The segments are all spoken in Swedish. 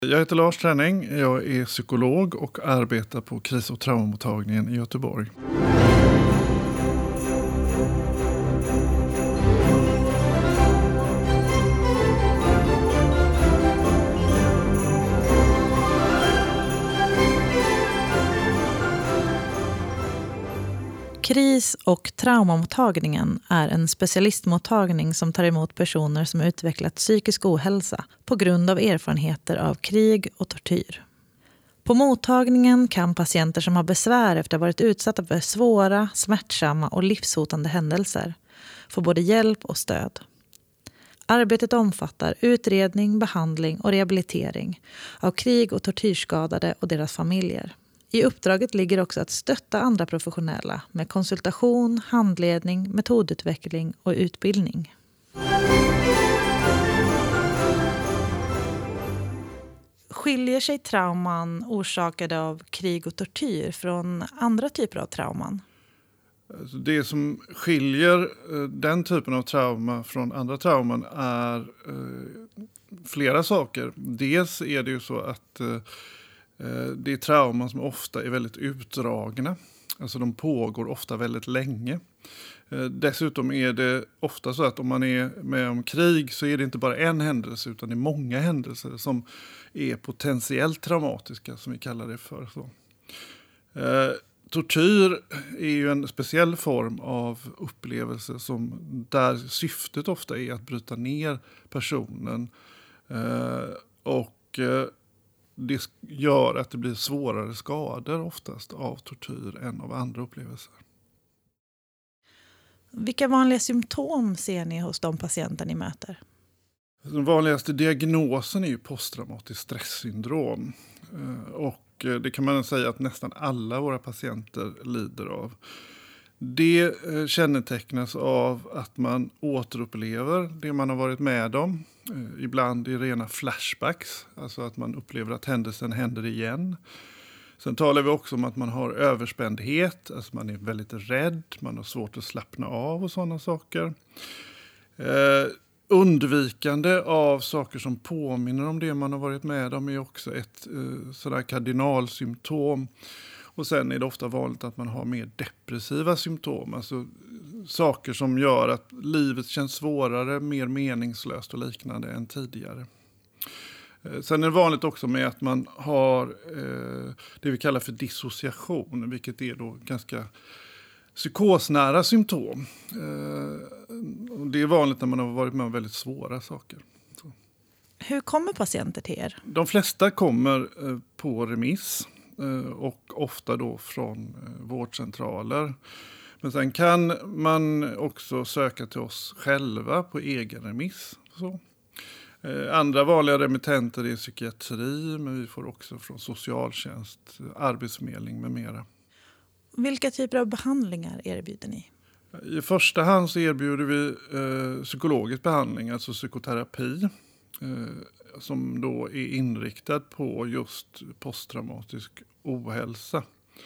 Jag heter Lars Tränning, jag är psykolog och arbetar på kris- och traumamottagningen i Göteborg. Kris- och traumamottagningen är en specialistmottagning som tar emot personer som utvecklat psykisk ohälsa på grund av erfarenheter av krig och tortyr. På mottagningen kan patienter som har besvär efter att ha varit utsatta för svåra, smärtsamma och livshotande händelser få både hjälp och stöd. Arbetet omfattar utredning, behandling och rehabilitering av krig- och tortyrskadade och deras familjer. I uppdraget ligger också att stötta andra professionella med konsultation, handledning, metodutveckling och utbildning. Skiljer sig trauman orsakade av krig och tortyr från andra typer av trauman? Det som skiljer den typen av trauma från andra trauman är flera saker. Dels är det ju så att det är trauman som ofta är väldigt utdragna. Alltså de pågår ofta väldigt länge. Dessutom är det ofta så att om man är med om krig så är det inte bara en händelse utan det är många händelser som är potentiellt traumatiska, som vi kallar det för. Så. Tortyr är ju en speciell form av upplevelse där syftet ofta är att bryta ner personen och det gör att det blir svårare skador oftast av tortyr än av andra upplevelser. Vilka vanliga symptom ser ni hos de patienter ni möter? Den vanligaste diagnosen är ju posttraumatiskt stresssyndrom. Och det kan man säga att nästan alla våra patienter lider av. Det kännetecknas av att man återupplever det man har varit med om. Ibland i rena flashbacks, alltså att man upplever att händelsen händer igen. Sen talar vi också om att man har överspändhet, alltså man är väldigt rädd, man har svårt att slappna av och sådana saker. Undvikande av saker som påminner om det man har varit med om är också ett sådär kardinalsymptom. Och sen är det ofta vanligt att man har mer depressiva symptom, alltså saker som gör att livet känns svårare, mer meningslöst och liknande än tidigare. Sen är det vanligt också med att man har det vi kallar för dissociation, vilket är då ganska psykosnära symptom. Och det är vanligt när man har varit med om väldigt svåra saker. Så. Hur kommer patienter till er? De flesta kommer på remiss och ofta då från vårdcentraler. Men sen kan man också söka till oss själva på egen remiss. Så. Andra vanliga remittenter är psykiatri, men vi får också från socialtjänst, arbetsförmedling med mera. Vilka typer av behandlingar erbjuder ni? I första hand så erbjuder vi psykologisk behandling, alltså psykoterapi, som då är inriktad på just posttraumatisk ohälsa.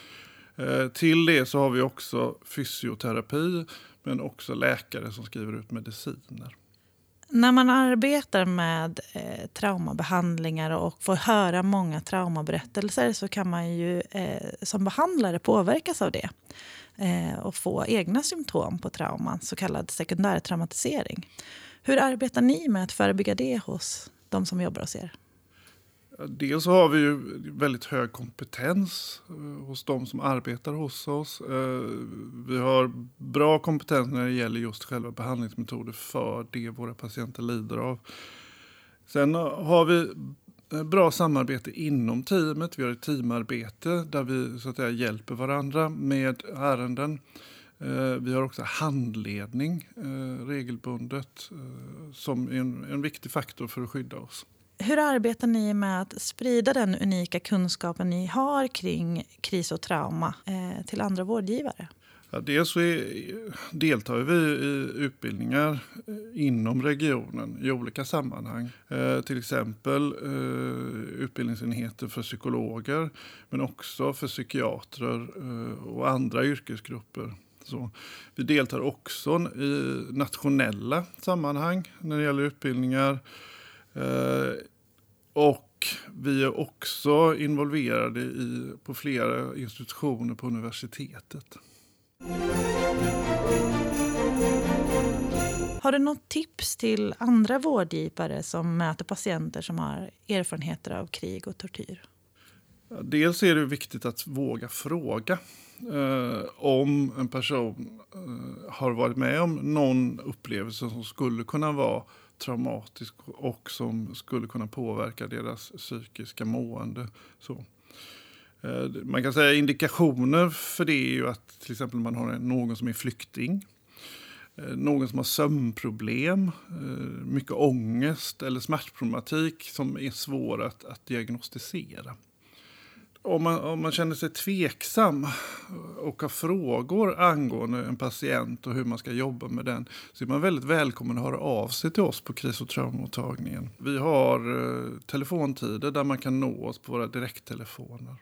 Till det så har vi också fysioterapi, men också läkare som skriver ut mediciner. När man arbetar med traumabehandlingar och får höra många traumaberättelser så kan man ju som behandlare påverkas av det och få egna symptom på trauman, så kallad sekundär traumatisering. Hur arbetar ni med att förebygga det hos de som jobbar hos er? Dels har vi ju väldigt hög kompetens hos de som arbetar hos oss. Vi har bra kompetens när det gäller just själva behandlingsmetoder för det våra patienter lider av. Sen har vi bra samarbete inom teamet. Vi har ett teamarbete där vi så att säga hjälper varandra med ärenden. Vi har också handledning regelbundet som är en viktig faktor för att skydda oss. Hur arbetar ni med att sprida den unika kunskapen ni har kring kris och trauma till andra vårdgivare? Ja, dels så deltar vi i utbildningar inom regionen i olika sammanhang. Till exempel utbildningsenheter för psykologer, men också för psykiatrer och andra yrkesgrupper. Så vi deltar också i nationella sammanhang när det gäller utbildningar. Och vi är också involverade på flera institutioner på universitetet. Har du något tips till andra vårdgivare som möter patienter som har erfarenheter av krig och tortyr? Dels är det viktigt att våga fråga om en person har varit med om någon upplevelse som skulle kunna vara traumatisk och som skulle kunna påverka deras psykiska mående. Så. Man kan säga indikationer för det är ju att till exempel man har någon som är flykting, någon som har sömnproblem, mycket ångest eller smärtproblematik som är svår att diagnostisera. Om man känner sig tveksam och har frågor angående en patient och hur man ska jobba med den, så är man väldigt välkommen att höra av sig till oss på kris- och traumamottagningen. Vi har telefontider där man kan nå oss på våra direkttelefoner.